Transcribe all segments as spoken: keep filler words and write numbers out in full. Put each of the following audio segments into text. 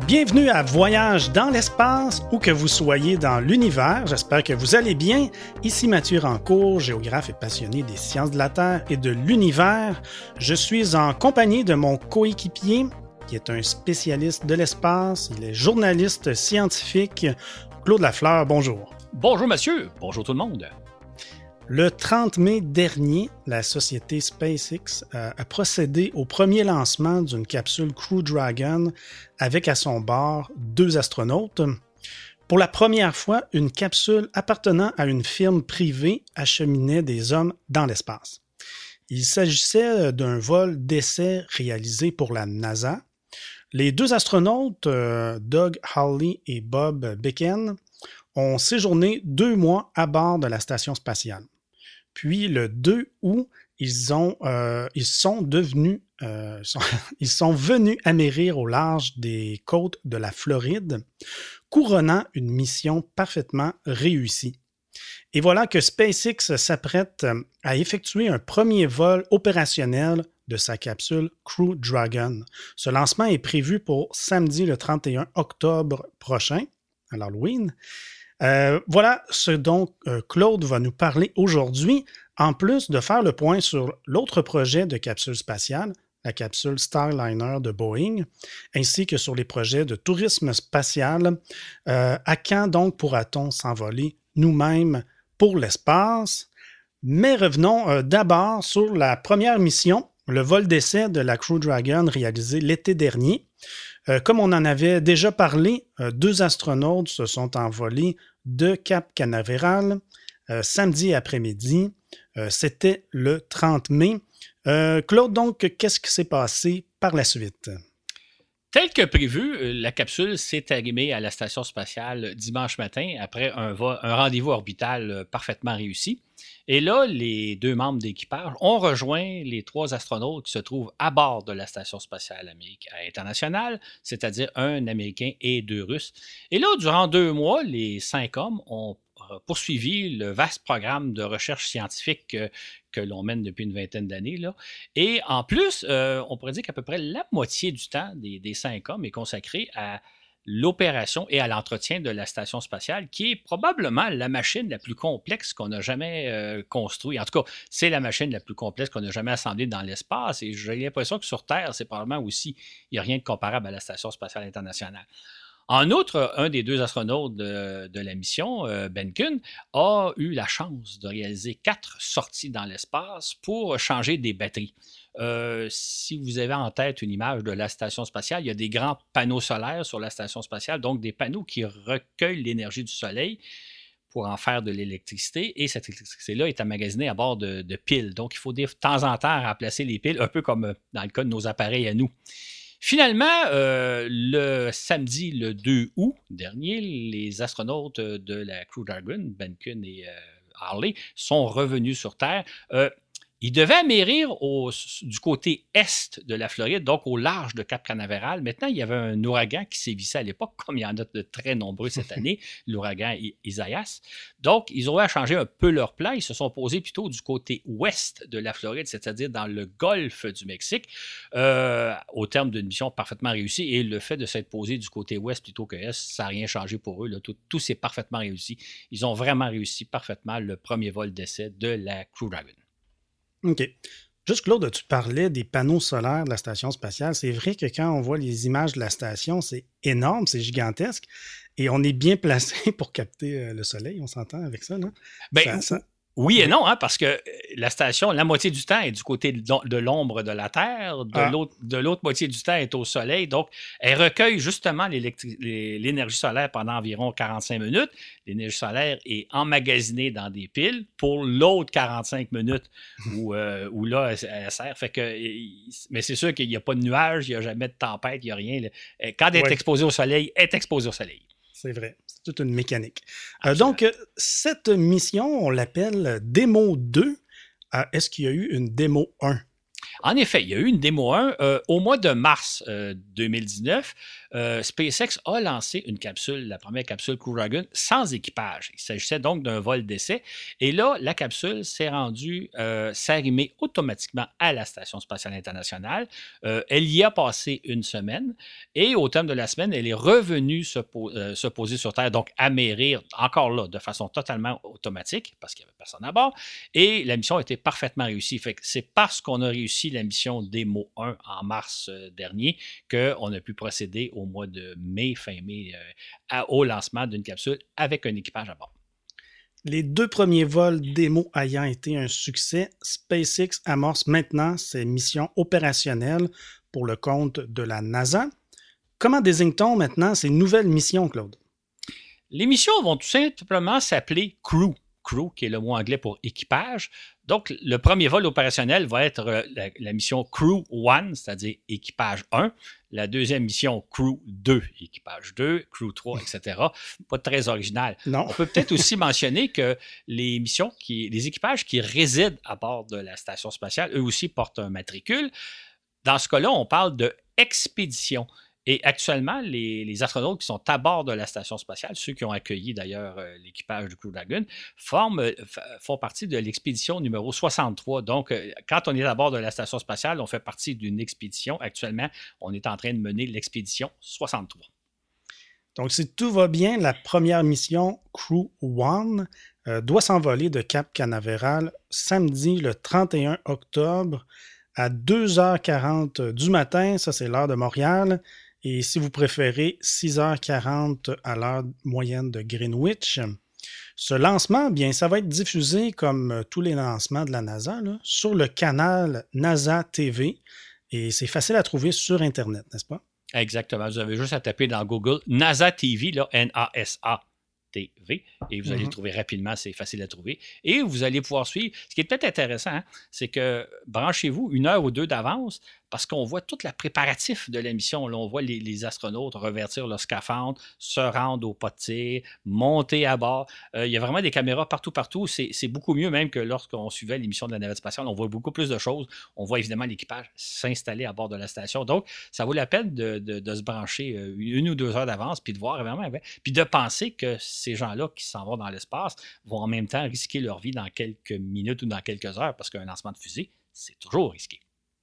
Bienvenue à Voyage dans l'espace, où que vous soyez dans l'univers. J'espère que vous allez bien. Ici Mathieu Rancourt, géographe et passionné des sciences de la Terre et de l'univers. Je suis en compagnie de mon coéquipier, qui est un spécialiste de l'espace. Il est journaliste scientifique. Claude Lafleur, bonjour. Bonjour Mathieu, bonjour tout le monde. Le trente mai dernier, la société SpaceX euh, a procédé au premier lancement d'une capsule Crew Dragon avec à son bord deux astronautes. Pour la première fois, une capsule appartenant à une firme privée acheminait des hommes dans l'espace. Il s'agissait d'un vol d'essai réalisé pour la NASA. Les deux astronautes, euh, Doug Hawley et Bob Behnken, ont séjourné deux mois à bord de la station spatiale. Puis le deux août, ils, ont, euh, ils, sont devenus, euh, sont, ils sont venus amérir au large des côtes de la Floride, couronnant une mission parfaitement réussie. Et voilà que SpaceX s'apprête à effectuer un premier vol opérationnel de sa capsule Crew Dragon. Ce lancement est prévu pour samedi le trente et un octobre prochain, à l'Halloween. Euh, voilà ce dont euh, Claude va nous parler aujourd'hui, en plus de faire le point sur l'autre projet de capsule spatiale, la capsule Starliner de Boeing, ainsi que sur les projets de tourisme spatial. Euh, à quand donc pourra-t-on s'envoler nous-mêmes pour l'espace? Mais revenons euh, d'abord sur la première mission, le vol d'essai de la Crew Dragon réalisé l'été dernier. Euh, comme on en avait déjà parlé, euh, deux astronautes se sont envolés de Cap Canaveral euh, samedi après-midi. Euh, c'était le trente mai. Euh, Claude, donc, qu'est-ce qui s'est passé par la suite? Tel que prévu, la capsule s'est arrimée à la station spatiale dimanche matin après un, vol, un rendez-vous orbital parfaitement réussi. Et là, les deux membres d'équipage ont rejoint les trois astronautes qui se trouvent à bord de la Station spatiale internationale, c'est-à-dire un Américain et deux Russes. Et là, durant deux mois, les cinq hommes ont poursuivi le vaste programme de recherche scientifique que, que l'on mène depuis une vingtaine d'années. Là. Et en plus, euh, on pourrait dire qu'à peu près la moitié du temps des, des cinq hommes est consacré à l'opération et à l'entretien de la station spatiale, qui est probablement la machine la plus complexe qu'on a jamais euh, construite. En tout cas, c'est la machine la plus complexe qu'on a jamais assemblée dans l'espace. Et j'ai l'impression que sur Terre, c'est probablement aussi, il n'y a rien de comparable à la Station spatiale internationale. En outre, un des deux astronautes de, de la mission, euh, Behnken, a eu la chance de réaliser quatre sorties dans l'espace pour changer des batteries. Euh, si vous avez en tête une image de la station spatiale, il y a des grands panneaux solaires sur la station spatiale, donc des panneaux qui recueillent l'énergie du soleil pour en faire de l'électricité, et cette électricité-là est emmagasinée à bord de, de piles. Donc, il faut de temps en temps remplacer les piles, un peu comme dans le cas de nos appareils à nous. Finalement, euh, le samedi, le deux août dernier, les astronautes de la Crew Dragon, Behnken et euh, Hawley, sont revenus sur Terre. Euh, Ils devaient amérir au, du côté est de la Floride, donc au large de Cap Canaveral. Maintenant, il y avait un ouragan qui sévissait à l'époque, comme il y en a de très nombreux cette année, l'ouragan Isaias. Donc, ils ont eu à changer un peu leur plan. Ils se sont posés plutôt du côté ouest de la Floride, c'est-à-dire dans le golfe du Mexique, euh, au terme d'une mission parfaitement réussie. Et le fait de s'être posé du côté ouest plutôt que est, ça n'a rien changé pour eux. Là. Tout, tout s'est parfaitement réussi. Ils ont vraiment réussi parfaitement le premier vol d'essai de la Crew Dragon. OK. Juste, Claude, tu parlais des panneaux solaires de la station spatiale. C'est vrai que quand on voit les images de la station, c'est énorme, c'est gigantesque. Et on est bien placé pour capter le soleil, on s'entend avec ça, là? Ben, ça, ça... Oui et non, hein, parce que la station, la moitié du temps est du côté de l'ombre de la Terre, de, ah. l'autre, de l'autre moitié du temps est au soleil. Donc, elle recueille justement l'énergie solaire pendant environ quarante-cinq minutes. L'énergie solaire est emmagasinée dans des piles pour l'autre quarante-cinq minutes où, euh, où là, elle, elle sert. Fait que, mais c'est sûr qu'il n'y a pas de nuages, il n'y a jamais de tempête, il n'y a rien. Quand elle est ouais. exposée au soleil, elle est exposée au soleil. C'est vrai, c'est toute une mécanique. Euh, donc, cette mission, on l'appelle Démo deux. Euh, est-ce qu'il y a eu une Démo un? En effet, il y a eu une démo un. Euh, au mois de mars euh, deux mille dix-neuf, euh, SpaceX a lancé une capsule, la première capsule Crew Dragon, sans équipage. Il s'agissait donc d'un vol d'essai. Et là, la capsule s'est rendue, euh, s'est arrimée automatiquement à la Station spatiale internationale. Euh, elle y a passé une semaine. Et au terme de la semaine, elle est revenue se, po- euh, se poser sur Terre, donc amérir encore là, de façon totalement automatique, parce qu'il n'y avait personne à bord. Et la mission a été parfaitement réussie. Fait que c'est parce qu'on a réussi la mission Démo un en mars euh, dernier qu'on a pu procéder au mois de mai, fin mai, euh, à, au lancement d'une capsule avec un équipage à bord. Les deux premiers vols démo ayant été un succès, SpaceX amorce maintenant ses missions opérationnelles pour le compte de la NASA. Comment désigne-t-on maintenant ces nouvelles missions, Claude? Les missions vont tout simplement s'appeler Crew. Crew, qui est le mot anglais pour équipage. Donc, le premier vol opérationnel va être la, la mission Crew un, c'est-à-dire équipage un. La deuxième mission Crew deux, équipage deux, Crew trois, et cetera. Pas très original. Non. On peut peut-être aussi mentionner que les missions, qui, les équipages qui résident à bord de la station spatiale, eux aussi portent un matricule. Dans ce cas-là, on parle de expédition. Et actuellement, les, les astronautes qui sont à bord de la station spatiale, ceux qui ont accueilli d'ailleurs euh, l'équipage du Crew Dragon, forment, euh, f- font partie de l'expédition numéro soixante-trois. Donc, euh, quand on est à bord de la station spatiale, on fait partie d'une expédition. Actuellement, on est en train de mener l'expédition soixante-trois. Donc, si tout va bien, la première mission Crew un euh, doit s'envoler de Cap Canaveral samedi le trente et un octobre à deux heures quarante du matin. Ça, c'est l'heure de Montréal. Et si vous préférez, six heures quarante à l'heure moyenne de Greenwich. Ce lancement, bien, ça va être diffusé comme tous les lancements de la NASA là, sur le canal NASA T V. Et c'est facile à trouver sur Internet, n'est-ce pas? Exactement. Vous avez juste à taper dans Google NASA T V, là, N A S A T V, et vous allez mm-hmm. le trouver rapidement, c'est facile à trouver. Et vous allez pouvoir suivre. Ce qui est peut-être intéressant, hein, c'est que branchez-vous une heure ou deux d'avance parce qu'on voit tout le préparatif de la mission. Là, on voit les, les astronautes revêtir leur scaphandre, se rendre au pas de tir, monter à bord. Euh, il y a vraiment des caméras partout, partout. C'est, c'est beaucoup mieux même que lorsqu'on suivait l'émission de la navette spatiale. On voit beaucoup plus de choses. On voit évidemment l'équipage s'installer à bord de la station. Donc, ça vaut la peine de, de, de se brancher une ou deux heures d'avance puis de voir vraiment, puis de penser que ces gens-là qui s'en vont dans l'espace vont en même temps risquer leur vie dans quelques minutes ou dans quelques heures parce qu'un lancement de fusée, c'est toujours risqué.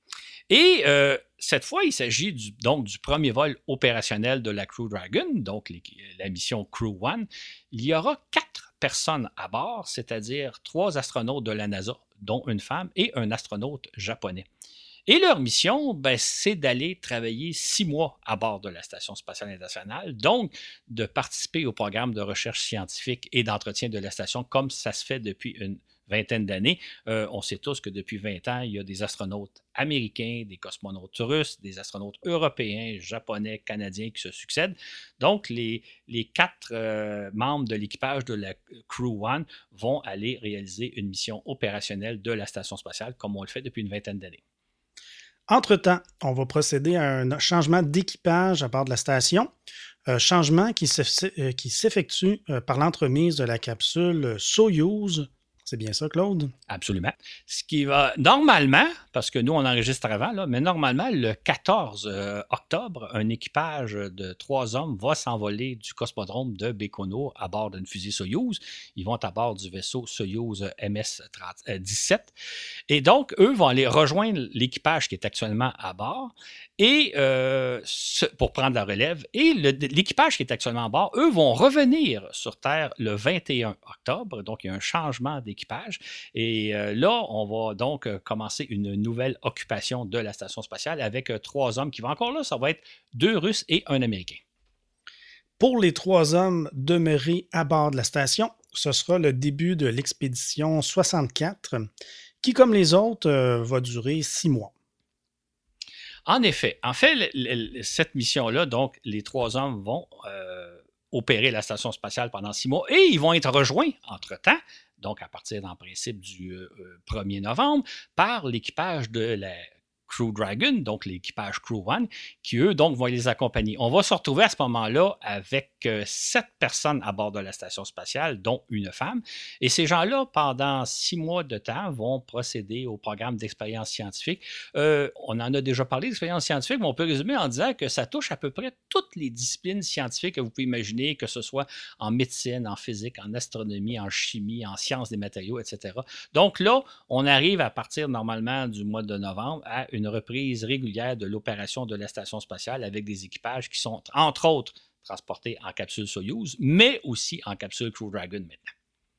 Et euh, cette fois, il s'agit du, donc du premier vol opérationnel de la Crew Dragon, donc les, la mission Crew un. Il y aura quatre personnes à bord, c'est-à-dire trois astronautes de la NASA, dont une femme et un astronaute japonais. Et leur mission, ben, c'est d'aller travailler six mois à bord de la Station spatiale internationale, donc de participer au programme de recherche scientifique et d'entretien de la station comme ça se fait depuis une vingtaine d'années. Euh, on sait tous que depuis vingt ans, il y a des astronautes américains, des cosmonautes russes, des astronautes européens, japonais, canadiens qui se succèdent. Donc, les, les quatre euh, membres de l'équipage de la Crew un vont aller réaliser une mission opérationnelle de la Station spatiale comme on le fait depuis une vingtaine d'années. Entre-temps, on va procéder à un changement d'équipage à bord de la station. Euh, changement qui, s'eff- qui s'effectue euh, par l'entremise de la capsule Soyouz. C'est bien ça, Claude? Absolument. Ce qui va, normalement, parce que nous, on enregistre avant, là, mais normalement, le quatorze euh, octobre, un équipage de trois hommes va s'envoler du cosmodrome de Baïkonour à bord d'une fusée Soyouz. Ils vont à bord du vaisseau Soyouz M S dix-sept. Et donc, eux vont aller rejoindre l'équipage qui est actuellement à bord et, euh, ce, pour prendre la relève. Et le, l'équipage qui est actuellement à bord, eux vont revenir sur Terre le vingt et un octobre. Donc, il y a un changement d'équipage. Et euh, là, on va donc euh, commencer une nouvelle occupation de la station spatiale avec euh, trois hommes qui vont encore là. Ça va être deux Russes et un Américain. Pour les trois hommes demeurés à bord de la station, ce sera le début de l'expédition soixante-quatre qui, comme les autres, euh, va durer six mois. En effet. En fait, le, le, cette mission-là, donc, les trois hommes vont euh, opérer la station spatiale pendant six mois et ils vont être rejoints entre-temps, donc à partir, en principe, du euh, premier novembre, par l'équipage de la Crew Dragon, donc l'équipage Crew One, qui eux, donc, vont les accompagner. On va se retrouver à ce moment-là avec euh, sept personnes à bord de la station spatiale, dont une femme. Et ces gens-là, pendant six mois de temps, vont procéder au programme d'expérience scientifique. Euh, on en a déjà parlé d'expérience scientifique, mais on peut résumer en disant que ça touche à peu près toutes les disciplines scientifiques que vous pouvez imaginer, que ce soit en médecine, en physique, en astronomie, en chimie, en sciences des matériaux, et cetera. Donc là, on arrive à partir normalement du mois de novembre à une reprise régulière de l'opération de la station spatiale avec des équipages qui sont, entre autres, transportés en capsule Soyouz, mais aussi en capsule Crew Dragon maintenant.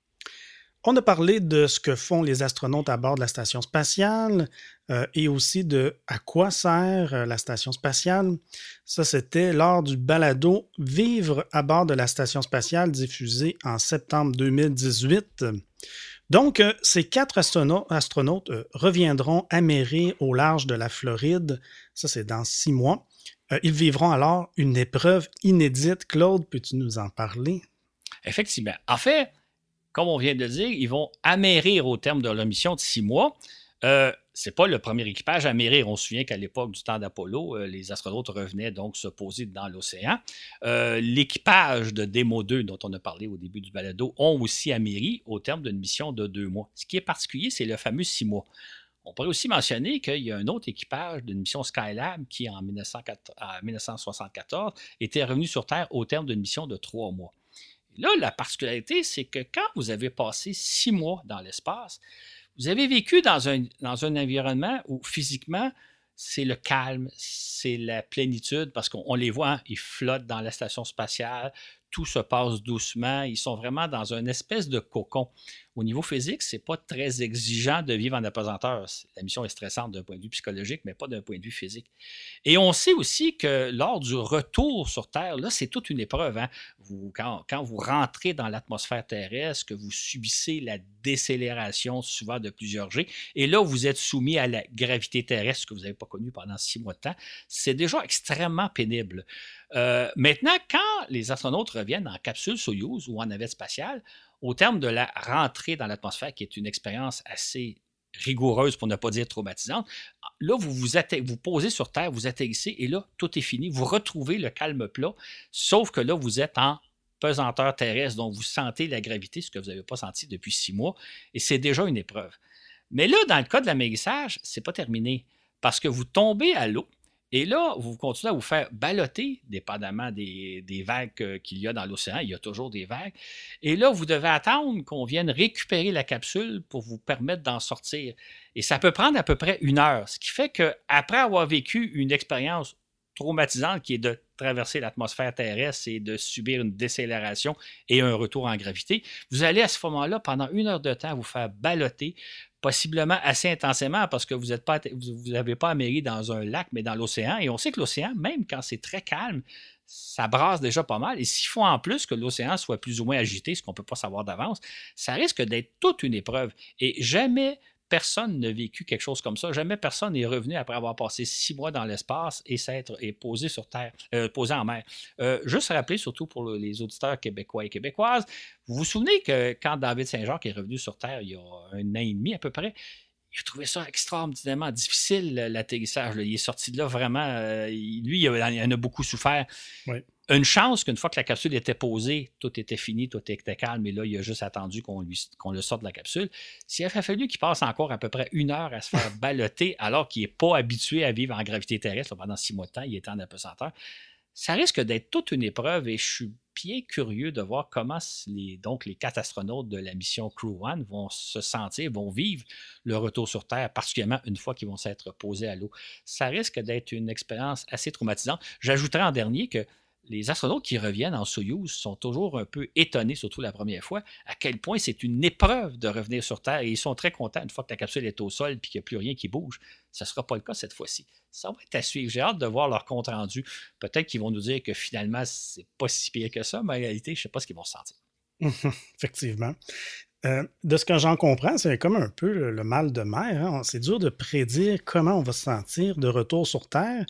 On a parlé de ce que font les astronautes à bord de la station spatiale euh, et aussi de à quoi sert euh, la station spatiale. Ça, c'était lors du balado « Vivre à bord de la station spatiale » diffusé en septembre deux mille dix-huit. Donc, euh, ces quatre astronautes, astronautes euh, reviendront amérer au large de la Floride. Ça, c'est dans six mois. Euh, ils vivront alors une épreuve inédite. Claude, peux-tu nous en parler? Effectivement. En fait, comme on vient de le dire, ils vont amérir au terme de leur mission de six mois. Euh, ce n'est pas le premier équipage à amérir. On se souvient qu'à l'époque du temps d'Apollo, euh, les astronautes revenaient donc se poser dans l'océan. Euh, l'équipage de Demo deux, dont on a parlé au début du balado, ont aussi améri au terme d'une mission de deux mois. Ce qui est particulier, c'est le fameux six mois. On pourrait aussi mentionner qu'il y a un autre équipage d'une mission Skylab qui, en mille neuf cent soixante-quatorze, était revenu sur Terre au terme d'une mission de trois mois. Là, la particularité, c'est que quand vous avez passé six mois dans l'espace, vous avez vécu dans un, dans un environnement où physiquement, c'est le calme, c'est la plénitude, parce qu'on les voit, hein, ils flottent dans la station spatiale, tout se passe doucement, ils sont vraiment dans une espèce de cocon. Au niveau physique, ce n'est pas très exigeant de vivre en apesanteur. La mission est stressante d'un point de vue psychologique, mais pas d'un point de vue physique. Et on sait aussi que lors du retour sur Terre, là, c'est toute une épreuve. Hein? Vous, quand, quand vous rentrez dans l'atmosphère terrestre, que vous subissez la décélération souvent de plusieurs G, et là, vous êtes soumis à la gravité terrestre que vous n'avez pas connue pendant six mois de temps, c'est déjà extrêmement pénible. Euh, maintenant, quand les astronautes reviennent en capsule Soyouz ou en navette spatiale, au terme de la rentrée dans l'atmosphère, qui est une expérience assez rigoureuse, pour ne pas dire traumatisante, là, vous vous, atte- vous posez sur Terre, vous atterrissez, et là, tout est fini. Vous retrouvez le calme plat, sauf que là, vous êtes en pesanteur terrestre, donc vous sentez la gravité, ce que vous n'avez pas senti depuis six mois, et c'est déjà une épreuve. Mais là, dans le cas de l'amérissage, ce n'est pas terminé, parce que vous tombez à l'eau, et là, vous continuez à vous faire balloter, dépendamment des, des vagues qu'il y a dans l'océan. Il y a toujours des vagues. Et là, vous devez attendre qu'on vienne récupérer la capsule pour vous permettre d'en sortir. Et ça peut prendre à peu près une heure. Ce qui fait qu'après avoir vécu une expérience traumatisante qui est de traverser l'atmosphère terrestre et de subir une décélération et un retour en gravité, vous allez à ce moment-là, pendant une heure de temps, vous faire balloter, possiblement assez intensément parce que vous n'avez pas améri dans un lac, mais dans l'océan. Et on sait que l'océan, même quand c'est très calme, ça brasse déjà pas mal. Et s'il faut en plus que l'océan soit plus ou moins agité, ce qu'on ne peut pas savoir d'avance, ça risque d'être toute une épreuve. Et jamais personne n'a vécu quelque chose comme ça. Jamais personne n'est revenu après avoir passé six mois dans l'espace et s'être et posé sur Terre, euh, posé en mer. Euh, juste rappeler, surtout pour les auditeurs québécois et québécoises, vous vous souvenez que quand David Saint-Jacques est revenu sur Terre il y a un an et demi à peu près, il a trouvé ça extraordinairement difficile, l'atterrissage. Il est sorti de là vraiment. Euh, lui, il en a beaucoup souffert. Oui. Une chance qu'une fois que la capsule était posée, tout était fini, tout était calme, et là, il a juste attendu qu'on, lui, qu'on le sorte de la capsule. S'il avait fallu qu'il passe encore à peu près une heure à se faire balloter, alors qu'il n'est pas habitué à vivre en gravité terrestre pendant six mois de temps, il était en apesanteur, ça risque d'être toute une épreuve, et je suis bien curieux de voir comment les, donc les quatre astronautes de la mission Crew One vont se sentir, vont vivre le retour sur Terre, particulièrement une fois qu'ils vont s'être posés à l'eau. Ça risque d'être une expérience assez traumatisante. J'ajouterai en dernier que les astronautes qui reviennent en Soyouz sont toujours un peu étonnés, surtout la première fois, à quel point c'est une épreuve de revenir sur Terre, et ils sont très contents une fois que la capsule est au sol et qu'il n'y a plus rien qui bouge. Ça ne sera pas le cas cette fois-ci. Ça va être à suivre. J'ai hâte de voir leur compte rendu. Peut-être qu'ils vont nous dire que finalement, c'est pas si pire que ça, mais en réalité, je ne sais pas ce qu'ils vont sentir. Effectivement. Euh, de ce que j'en comprends, c'est comme un peu le, le mal de mer. Hein? C'est dur de prédire comment on va se sentir de retour sur Terre.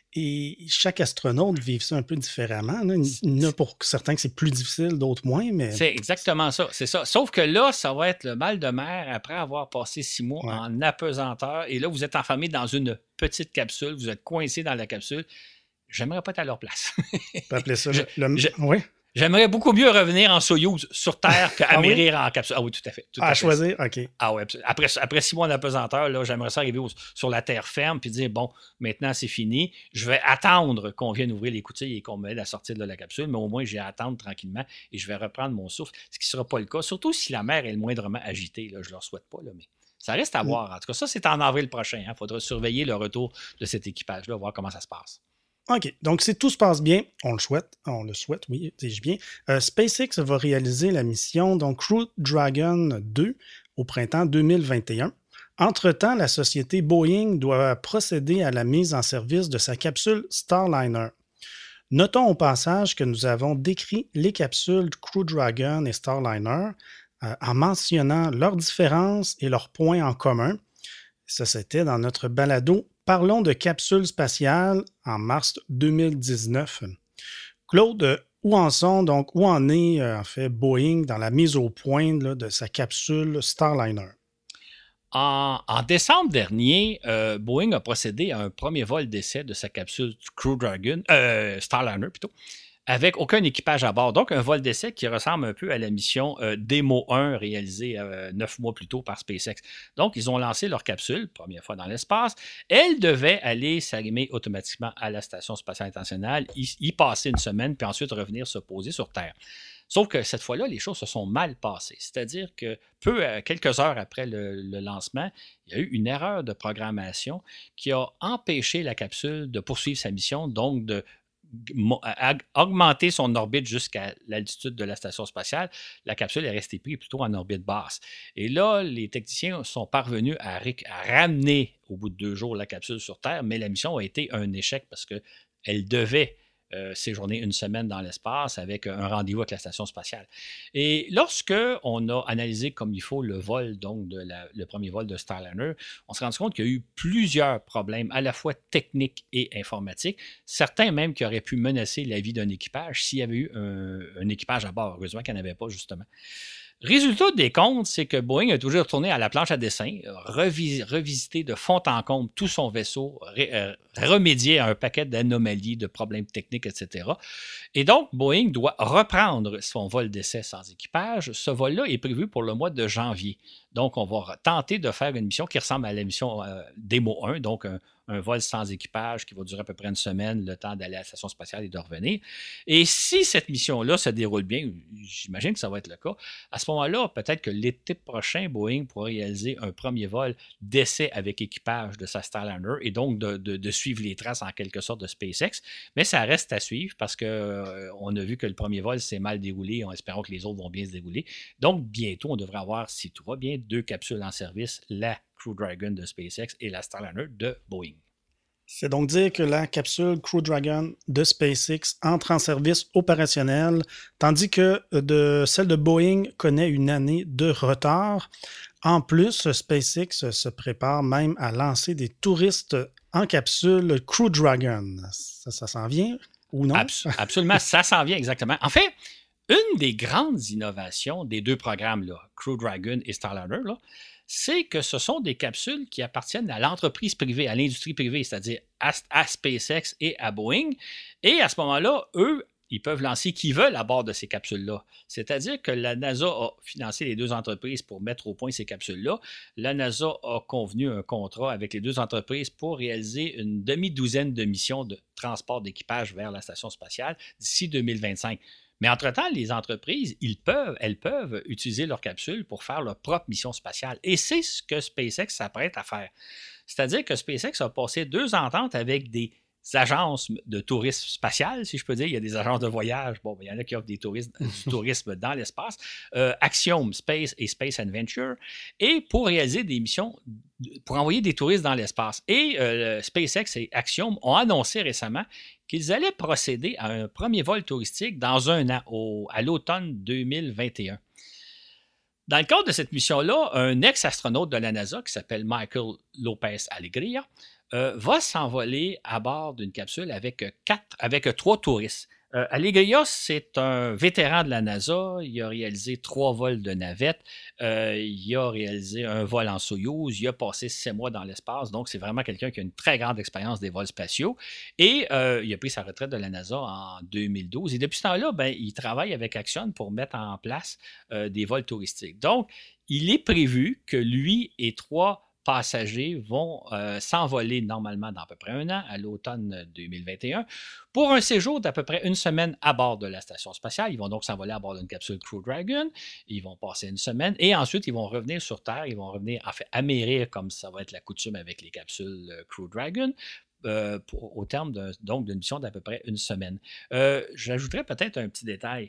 Et chaque astronaute vit ça un peu différemment. Là. Il y en a pour certains que c'est plus difficile, d'autres moins. Mais... C'est exactement ça, c'est ça. Sauf que là, ça va être le mal de mer après avoir passé six mois ouais. en apesanteur. Et là, vous êtes enfermé dans une petite capsule, vous êtes coincé dans la capsule. J'aimerais pas être à leur place. On peut appeler ça je, le... le... Je, oui. J'aimerais beaucoup mieux revenir en Soyouz sur Terre qu'amérir ah oui? en capsule. Ah oui, tout à fait. Tout à, à choisir, fait. OK. Ah oui, après, après six mois d'apesanteur, là, j'aimerais ça arriver au, sur la terre ferme puis dire, bon, maintenant c'est fini. Je vais attendre qu'on vienne ouvrir les coutilles et qu'on m'aide à sortir de la capsule, mais au moins j'ai à attendre tranquillement et je vais reprendre mon souffle, ce qui ne sera pas le cas, surtout si la mer est moindrement agitée. Là, je ne leur souhaite pas, là, mais ça reste à mm. voir. En tout cas, ça, c'est en avril prochain. Il hein. faudra surveiller le retour de cet équipage-là, voir comment ça se passe. OK. Donc, si tout se passe bien, on le souhaite, on le souhaite, oui, dis-je bien, euh, SpaceX va réaliser la mission donc Crew Dragon deux au printemps deux mille vingt et un. Entre-temps, la société Boeing doit procéder à la mise en service de sa capsule Starliner. Notons au passage que nous avons décrit les capsules Crew Dragon et Starliner euh, en mentionnant leurs différences et leurs points en commun. Ça, c'était dans notre balado Parlons de capsules spatiales en mars deux mille dix-neuf. Claude, où en sont donc, où en est euh, en fait Boeing dans la mise au point là, de sa capsule Starliner? En, en décembre dernier, euh, Boeing a procédé à un premier vol d'essai de sa capsule Crew Dragon, euh, Starliner plutôt, avec aucun équipage à bord. Donc, un vol d'essai qui ressemble un peu à la mission euh, Demo un réalisée euh, neuf mois plus tôt par SpaceX. Donc, ils ont lancé leur capsule, première fois dans l'espace. Elle devait aller s'arrimer automatiquement à la Station spatiale internationale, y, y passer une semaine, puis ensuite revenir se poser sur Terre. Sauf que cette fois-là, les choses se sont mal passées. C'est-à-dire que peu, quelques heures après le, le lancement, il y a eu une erreur de programmation qui a empêché la capsule de poursuivre sa mission, donc de augmenter son orbite jusqu'à l'altitude de la station spatiale. La capsule est restée prise plutôt en orbite basse. Et là, les techniciens sont parvenus à, à ramener au bout de deux jours la capsule sur Terre, mais la mission a été un échec parce qu'elle devait Euh, séjourner une semaine dans l'espace avec un rendez-vous avec la station spatiale. Et lorsque on a analysé comme il faut le vol, donc de la, le premier vol de Starliner, on s'est rendu compte qu'il y a eu plusieurs problèmes, à la fois techniques et informatiques, certains même qui auraient pu menacer la vie d'un équipage s'il y avait eu un, un équipage à bord. Heureusement qu'il n'y en avait pas, justement. Résultat des comptes, c'est que Boeing a toujours retourné à la planche à dessin, revis, revisité de fond en comble tout son vaisseau, ré, euh, remédié à un paquet d'anomalies, de problèmes techniques, et cetera. Et donc, Boeing doit reprendre son vol d'essai sans équipage. Ce vol-là est prévu pour le mois de janvier. Donc, on va tenter de faire une mission qui ressemble à la mission euh, Demo un, donc un, un vol sans équipage qui va durer à peu près une semaine, le temps d'aller à la station spatiale et de revenir. Et si cette mission-là se déroule bien, j'imagine que ça va être le cas, à ce moment-là, peut-être que l'été prochain, Boeing pourra réaliser un premier vol d'essai avec équipage de sa Starliner et donc de, de, de suivre les traces en quelque sorte de SpaceX. Mais ça reste à suivre parce qu'on euh, a vu que le premier vol s'est mal déroulé en espérant que les autres vont bien se dérouler. Donc, bientôt, on devrait avoir, si tout va bien, deux capsules en service, la Crew Dragon de SpaceX et la Starliner de Boeing. C'est donc dire que la capsule Crew Dragon de SpaceX entre en service opérationnel, tandis que de, celle de Boeing connaît une année de retard. En plus, SpaceX se prépare même à lancer des touristes en capsule Crew Dragon. Ça, ça s'en vient ou non? Abs- absolument, ça s'en vient exactement. En fait, une des grandes innovations des deux programmes, là, Crew Dragon et Starliner, là, c'est que ce sont des capsules qui appartiennent à l'entreprise privée, à l'industrie privée, c'est-à-dire à, à SpaceX et à Boeing. Et à ce moment-là, eux, ils peuvent lancer qui veulent à bord de ces capsules-là. C'est-à-dire que la NASA a financé les deux entreprises pour mettre au point ces capsules-là. La NASA a convenu un contrat avec les deux entreprises pour réaliser une demi-douzaine de missions de transport d'équipage vers la station spatiale d'ici deux mille vingt-cinq. Mais entre-temps, les entreprises, ils peuvent, elles peuvent utiliser leurs capsules pour faire leur propre mission spatiale. Et c'est ce que SpaceX s'apprête à faire. C'est-à-dire que SpaceX a passé deux ententes avec des agences de tourisme spatial, si je peux dire. Il y a des agences de voyage. Bon, il y en a qui offrent des tourismes, du tourisme dans l'espace. Euh, Axiom Space et Space Adventure. Et pour réaliser des missions, pour envoyer des touristes dans l'espace. Et euh, SpaceX et Axiom ont annoncé récemment qu'ils allaient procéder à un premier vol touristique dans un an, au, à l'automne deux mille vingt et un. Dans le cadre de cette mission-là, un ex-astronaute de la NASA qui s'appelle Michael Lopez Alegria euh, va s'envoler à bord d'une capsule avec, quatre, avec trois touristes. Euh, Alegria, c'est un vétéran de la NASA. Il a réalisé trois vols de navette. Euh, il a réalisé un vol en Soyouz. Il a passé sept mois dans l'espace. Donc, c'est vraiment quelqu'un qui a une très grande expérience des vols spatiaux. Et euh, il a pris sa retraite de la NASA en deux mille douze. Et depuis ce temps-là, ben, il travaille avec Axion pour mettre en place euh, des vols touristiques. Donc, il est prévu que lui et trois passagers vont euh, s'envoler normalement dans à peu près un an, à l'automne deux mille vingt et un, pour un séjour d'à peu près une semaine à bord de la station spatiale. Ils vont donc s'envoler à bord d'une capsule Crew Dragon. Ils vont passer une semaine et ensuite, ils vont revenir sur Terre. Ils vont revenir, en fait, amérir comme ça va être la coutume avec les capsules Crew Dragon. Euh, pour, au terme de, donc d'une mission d'à peu près une semaine. Euh, j'ajouterais peut-être un petit détail.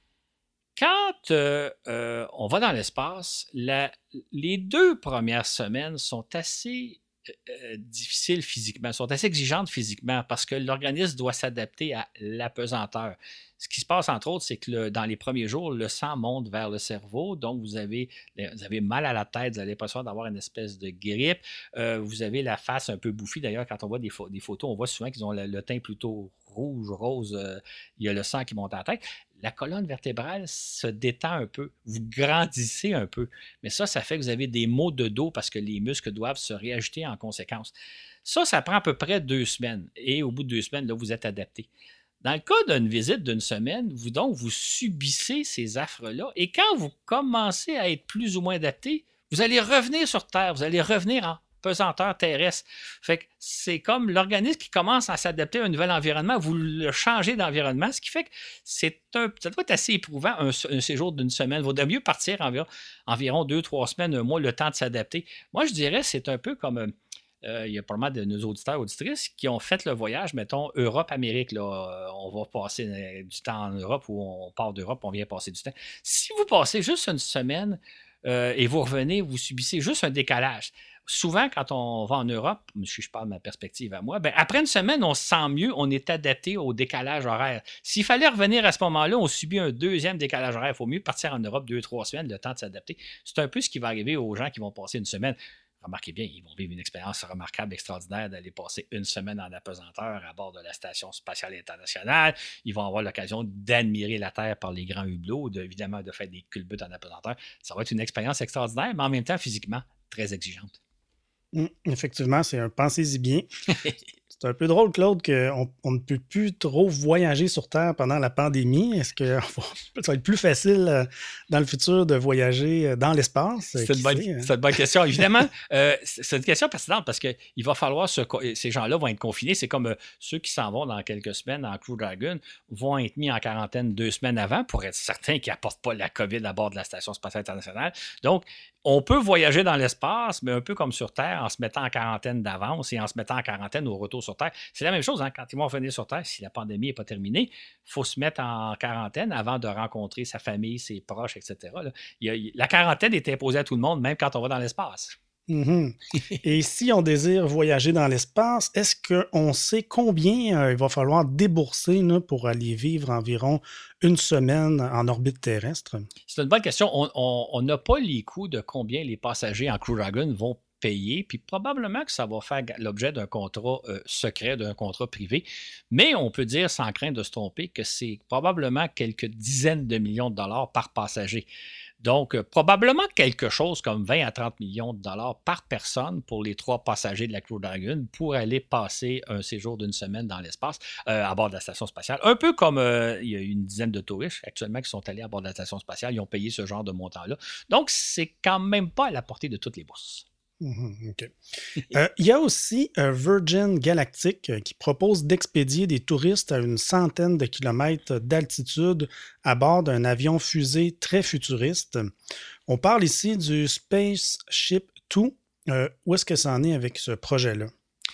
Quand euh, euh, on va dans l'espace, la, les deux premières semaines sont assez euh, difficiles physiquement, sont assez exigeantes physiquement parce que l'organisme doit s'adapter à l'apesanteur. Ce qui se passe, entre autres, c'est que le, dans les premiers jours, le sang monte vers le cerveau, donc vous avez, vous avez mal à la tête, vous avez l'impression d'avoir une espèce de grippe, euh, vous avez la face un peu bouffie. D'ailleurs, quand on voit des, des photos, on voit souvent qu'ils ont le, le teint plutôt rouge, rose, euh, il y a le sang qui monte à la tête. La colonne vertébrale se détend un peu, vous grandissez un peu. Mais ça, ça fait que vous avez des maux de dos parce que les muscles doivent se réajuster en conséquence. Ça, ça prend à peu près deux semaines. Et au bout de deux semaines, là, vous êtes adapté. Dans le cas d'une visite d'une semaine, vous donc vous subissez ces affres-là. Et quand vous commencez à être plus ou moins adapté, vous allez revenir sur Terre, vous allez revenir en pesanteur terrestre. Fait que c'est comme l'organisme qui commence à s'adapter à un nouvel environnement, vous le changez d'environnement, ce qui fait que c'est un, ça doit être assez éprouvant un, un séjour d'une semaine. Il vaudrait mieux partir environ, environ deux, trois semaines, un mois, le temps de s'adapter. Moi, je dirais que c'est un peu comme... Euh, il y a probablement de nos auditeurs et auditrices qui ont fait le voyage, mettons, Europe-Amérique. Là, euh, on va passer euh, du temps en Europe ou on part d'Europe, on vient passer du temps. Si vous passez juste une semaine euh, et vous revenez, vous subissez juste un décalage. Souvent, quand on va en Europe, si je parle de ma perspective à moi, ben après une semaine, on se sent mieux, on est adapté au décalage horaire. S'il fallait revenir à ce moment-là, on subit un deuxième décalage horaire. Il faut mieux partir en Europe deux, trois semaines, le temps de s'adapter. C'est un peu ce qui va arriver aux gens qui vont passer une semaine. Remarquez bien, ils vont vivre une expérience remarquable, extraordinaire d'aller passer une semaine en apesanteur à bord de la Station spatiale internationale. Ils vont avoir l'occasion d'admirer la Terre par les grands hublots, de, évidemment de faire des culbutes en apesanteur. Ça va être une expérience extraordinaire, mais en même temps, physiquement, très exigeante. Mmh, effectivement, c'est un pensez-y bien. C'est un peu drôle, Claude, qu'on on ne peut plus trop voyager sur Terre pendant la pandémie. Est-ce que ça va être plus facile euh, dans le futur de voyager dans l'espace? C'est une, bonne, sait, hein? c'est une bonne question. Évidemment, euh, c'est une question pertinente parce qu'il va falloir se, ces gens-là vont être confinés. C'est comme euh, ceux qui s'en vont dans quelques semaines en Crew Dragon vont être mis en quarantaine deux semaines avant pour être certains qu'ils n'apportent pas la COVID à bord de la Station spatiale internationale. Donc, on peut voyager dans l'espace, mais un peu comme sur Terre, en se mettant en quarantaine d'avance et en se mettant en quarantaine au retour sur Terre. C'est la même chose, hein, quand ils vont revenir sur Terre, si la pandémie n'est pas terminée, il faut se mettre en quarantaine avant de rencontrer sa famille, ses proches, et cetera. Là. Il y a, la quarantaine est imposée à tout le monde, même quand on va dans l'espace. Mm-hmm. Et si on désire voyager dans l'espace, est-ce qu'on sait combien euh, il va falloir débourser là, pour aller vivre environ une semaine en orbite terrestre? C'est une bonne question. On n'a pas les coûts de combien les passagers en Crew Dragon vont payer, puis probablement que ça va faire l'objet d'un contrat euh, secret, d'un contrat privé. Mais on peut dire, sans crainte de se tromper, que c'est probablement quelques dizaines de millions de dollars par passager. Donc, euh, probablement quelque chose comme vingt à trente millions de dollars par personne pour les trois passagers de la Crew Dragon pour aller passer un séjour d'une semaine dans l'espace euh, à bord de la station spatiale. Un peu comme euh, il y a une dizaine de touristes actuellement qui sont allés à bord de la station spatiale, ils ont payé ce genre de montant-là. Donc, c'est quand même pas à la portée de toutes les bourses. Mmh, OK. euh, il y a aussi euh, Virgin Galactic euh, qui propose d'expédier des touristes à une centaine de kilomètres d'altitude à bord d'un avion fusée très futuriste. On parle ici du Spaceship deux. Euh, où est-ce que ça en est avec ce projet-là?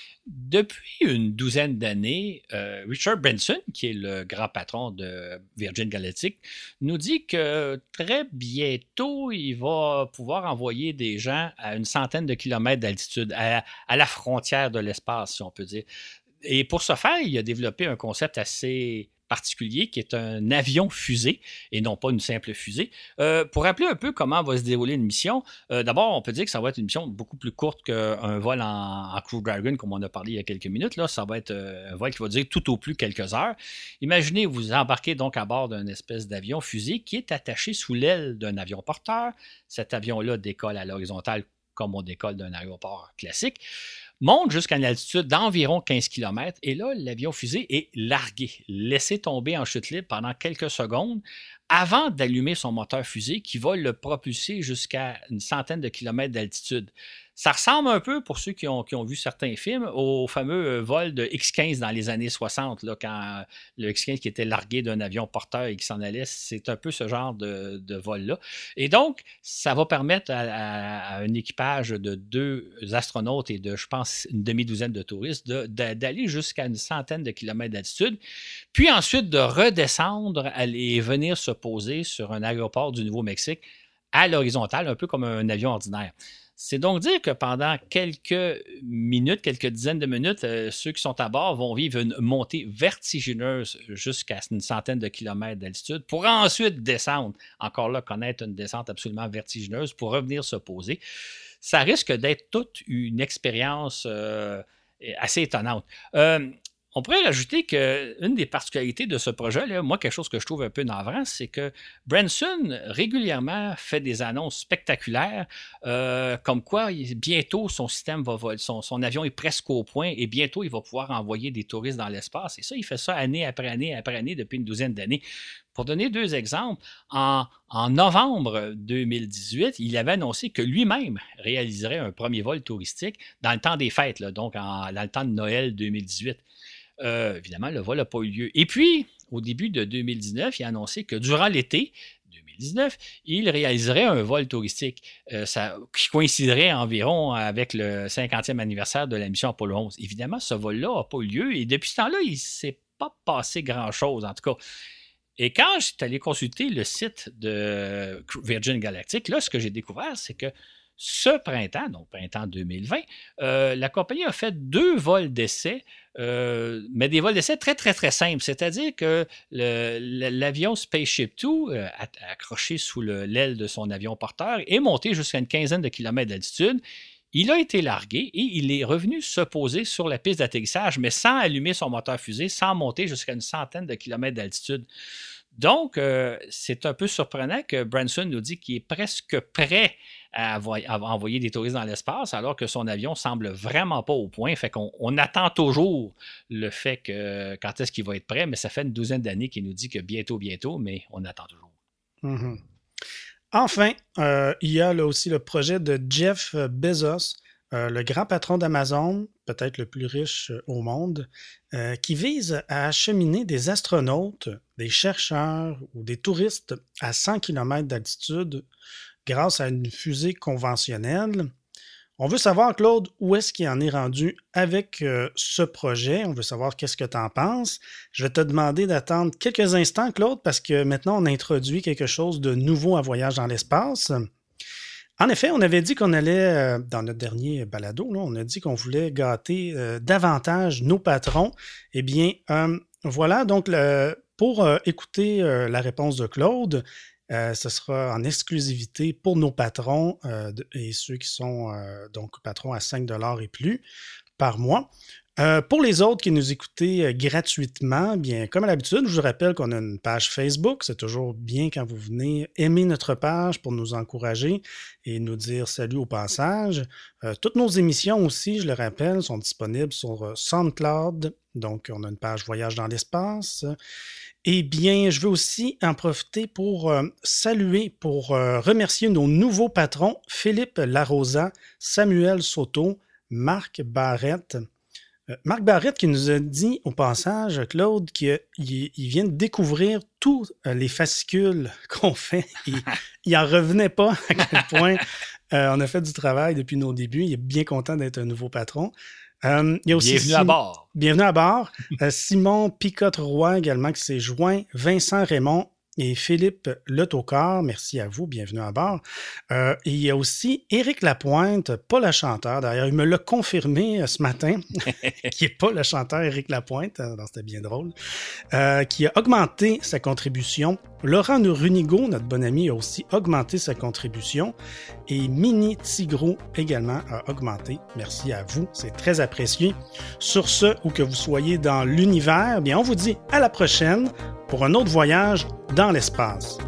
Depuis une douzaine d'années, euh, Richard Branson, qui est le grand patron de Virgin Galactic, nous dit que très bientôt, il va pouvoir envoyer des gens à une centaine de kilomètres d'altitude, à, à la frontière de l'espace, si on peut dire. Et pour ce faire, il a développé un concept assez particulier qui est un avion-fusée et non pas une simple fusée. Euh, pour rappeler un peu comment va se dérouler une mission, euh, d'abord, on peut dire que ça va être une mission beaucoup plus courte qu'un vol en, en Crew Dragon, comme on a parlé il y a quelques minutes. Là, ça va être un vol qui va durer tout au plus quelques heures. Imaginez, vous embarquez donc à bord d'un espèce d'avion-fusée qui est attaché sous l'aile d'un avion porteur. Cet avion-là décolle à l'horizontale comme on décolle d'un aéroport classique, monte jusqu'à une altitude d'environ quinze kilomètres et là, l'avion-fusée est largué, laissé tomber en chute libre pendant quelques secondes avant d'allumer son moteur fusée qui va le propulser jusqu'à une centaine de kilomètres d'altitude. Ça ressemble un peu, pour ceux qui ont, qui ont vu certains films, au fameux vol de X quinze dans les années soixante, là, quand le X quinze qui était largué d'un avion porteur et qui s'en allait, c'est un peu ce genre de, de vol-là. Et donc, ça va permettre à, à, à un équipage de deux astronautes et de, je pense, une demi-douzaine de touristes de, de, d'aller jusqu'à une centaine de kilomètres d'altitude, puis ensuite de redescendre et venir se poser sur un aéroport du Nouveau-Mexique à l'horizontale, un peu comme un avion ordinaire. C'est donc dire que pendant quelques minutes, quelques dizaines de minutes, euh, ceux qui sont à bord vont vivre une montée vertigineuse jusqu'à une centaine de kilomètres d'altitude pour ensuite descendre. Encore là, connaître une descente absolument vertigineuse pour revenir se poser. Ça risque d'être toute une expérience euh, assez étonnante. Euh, On pourrait rajouter qu'une des particularités de ce projet-là, moi, quelque chose que je trouve un peu navrant, c'est que Branson régulièrement fait des annonces spectaculaires, euh, comme quoi bientôt son système va voler, son, son avion est presque au point et bientôt il va pouvoir envoyer des touristes dans l'espace. Et ça, il fait ça année après année après année depuis une douzaine d'années. Pour donner deux exemples, en, en novembre deux mille dix-huit, il avait annoncé que lui-même réaliserait un premier vol touristique dans le temps des fêtes, là, donc en, dans le temps de Noël deux mille dix-huit. Euh, évidemment, le vol n'a pas eu lieu. Et puis, au début de deux mille dix-neuf, il a annoncé que durant l'été deux mille dix-neuf, il réaliserait un vol touristique euh, ça, qui coïnciderait environ avec le cinquantième anniversaire de la mission Apollo onze. Évidemment, ce vol-là n'a pas eu lieu et depuis ce temps-là, il ne s'est pas passé grand-chose, en tout cas. Et quand je suis allé consulter le site de Virgin Galactic, là, ce que j'ai découvert, c'est que ce printemps, donc printemps deux mille vingt, euh, la compagnie a fait deux vols d'essai, euh, mais des vols d'essai très, très, très simples. C'est-à-dire que le, l'avion Spaceship deux, euh, accroché sous le, l'aile de son avion porteur, est monté jusqu'à une quinzaine de kilomètres d'altitude. Il a été largué et il est revenu se poser sur la piste d'atterrissage, mais sans allumer son moteur fusée, sans monter jusqu'à une centaine de kilomètres d'altitude. Donc, euh, c'est un peu surprenant que Branson nous dit qu'il est presque prêt à, avo- à envoyer des touristes dans l'espace, alors que son avion semble vraiment pas au point. Fait qu'on on attend toujours le fait que quand est-ce qu'il va être prêt, mais ça fait une douzaine d'années qu'il nous dit que bientôt, bientôt, mais on attend toujours. Mm-hmm. Enfin, euh, il y a là aussi le projet de Jeff Bezos, euh, le grand patron d'Amazon, peut-être le plus riche au monde, euh, qui vise à acheminer des astronautes, des chercheurs ou des touristes à cent kilomètres d'altitude grâce à une fusée conventionnelle. On veut savoir, Claude, où est-ce qu'il en est rendu avec euh, ce projet. On veut savoir qu'est-ce que tu en penses. Je vais te demander d'attendre quelques instants, Claude, parce que maintenant, on introduit quelque chose de nouveau à Voyage dans l'espace. En effet, on avait dit qu'on allait, euh, dans notre dernier balado, là, on a dit qu'on voulait gâter euh, davantage nos patrons. Eh bien, euh, voilà, donc le, pour euh, écouter euh, la réponse de Claude, Euh, ce sera en exclusivité pour nos patrons euh, de, et ceux qui sont euh, donc patrons à cinq dollars et plus par mois. Euh, pour les autres qui nous écoutez euh, gratuitement, bien comme à l'habitude, je vous rappelle qu'on a une page Facebook. C'est toujours bien quand vous venez aimer notre page pour nous encourager et nous dire salut au passage. Euh, toutes nos émissions aussi, je le rappelle, sont disponibles sur euh, SoundCloud. Donc, on a une page Voyage dans l'espace. Eh bien, je veux aussi en profiter pour euh, saluer, pour euh, remercier nos nouveaux patrons, Philippe Larosa, Samuel Soto, Marc Barrette. Euh, Marc Barrette qui nous a dit au passage, Claude, qu'il il vient de découvrir tous euh, les fascicules qu'on fait. Il, il en revenait pas à quel point euh, on a fait du travail depuis nos débuts. Il est bien content d'être un nouveau patron. Euh, il y a aussi Bienvenue Sim- à bord. Bienvenue à bord. Euh, Simon Picotte-Roy également qui s'est joint. Vincent Raymond, et Philippe Le Tocard. Merci à vous, bienvenue à bord. Euh, et il y a aussi Éric Lapointe, pas le chanteur, d'ailleurs, il me l'a confirmé ce matin, qui n'est pas le chanteur Éric Lapointe, alors c'était bien drôle, euh, qui a augmenté sa contribution. Laurent Runigo, notre bon ami, a aussi augmenté sa contribution. Et Mini Tigro également a augmenté. Merci à vous, c'est très apprécié. Sur ce, où que vous soyez dans l'univers, bien, on vous dit à la prochaine pour un autre voyage dans l'espace.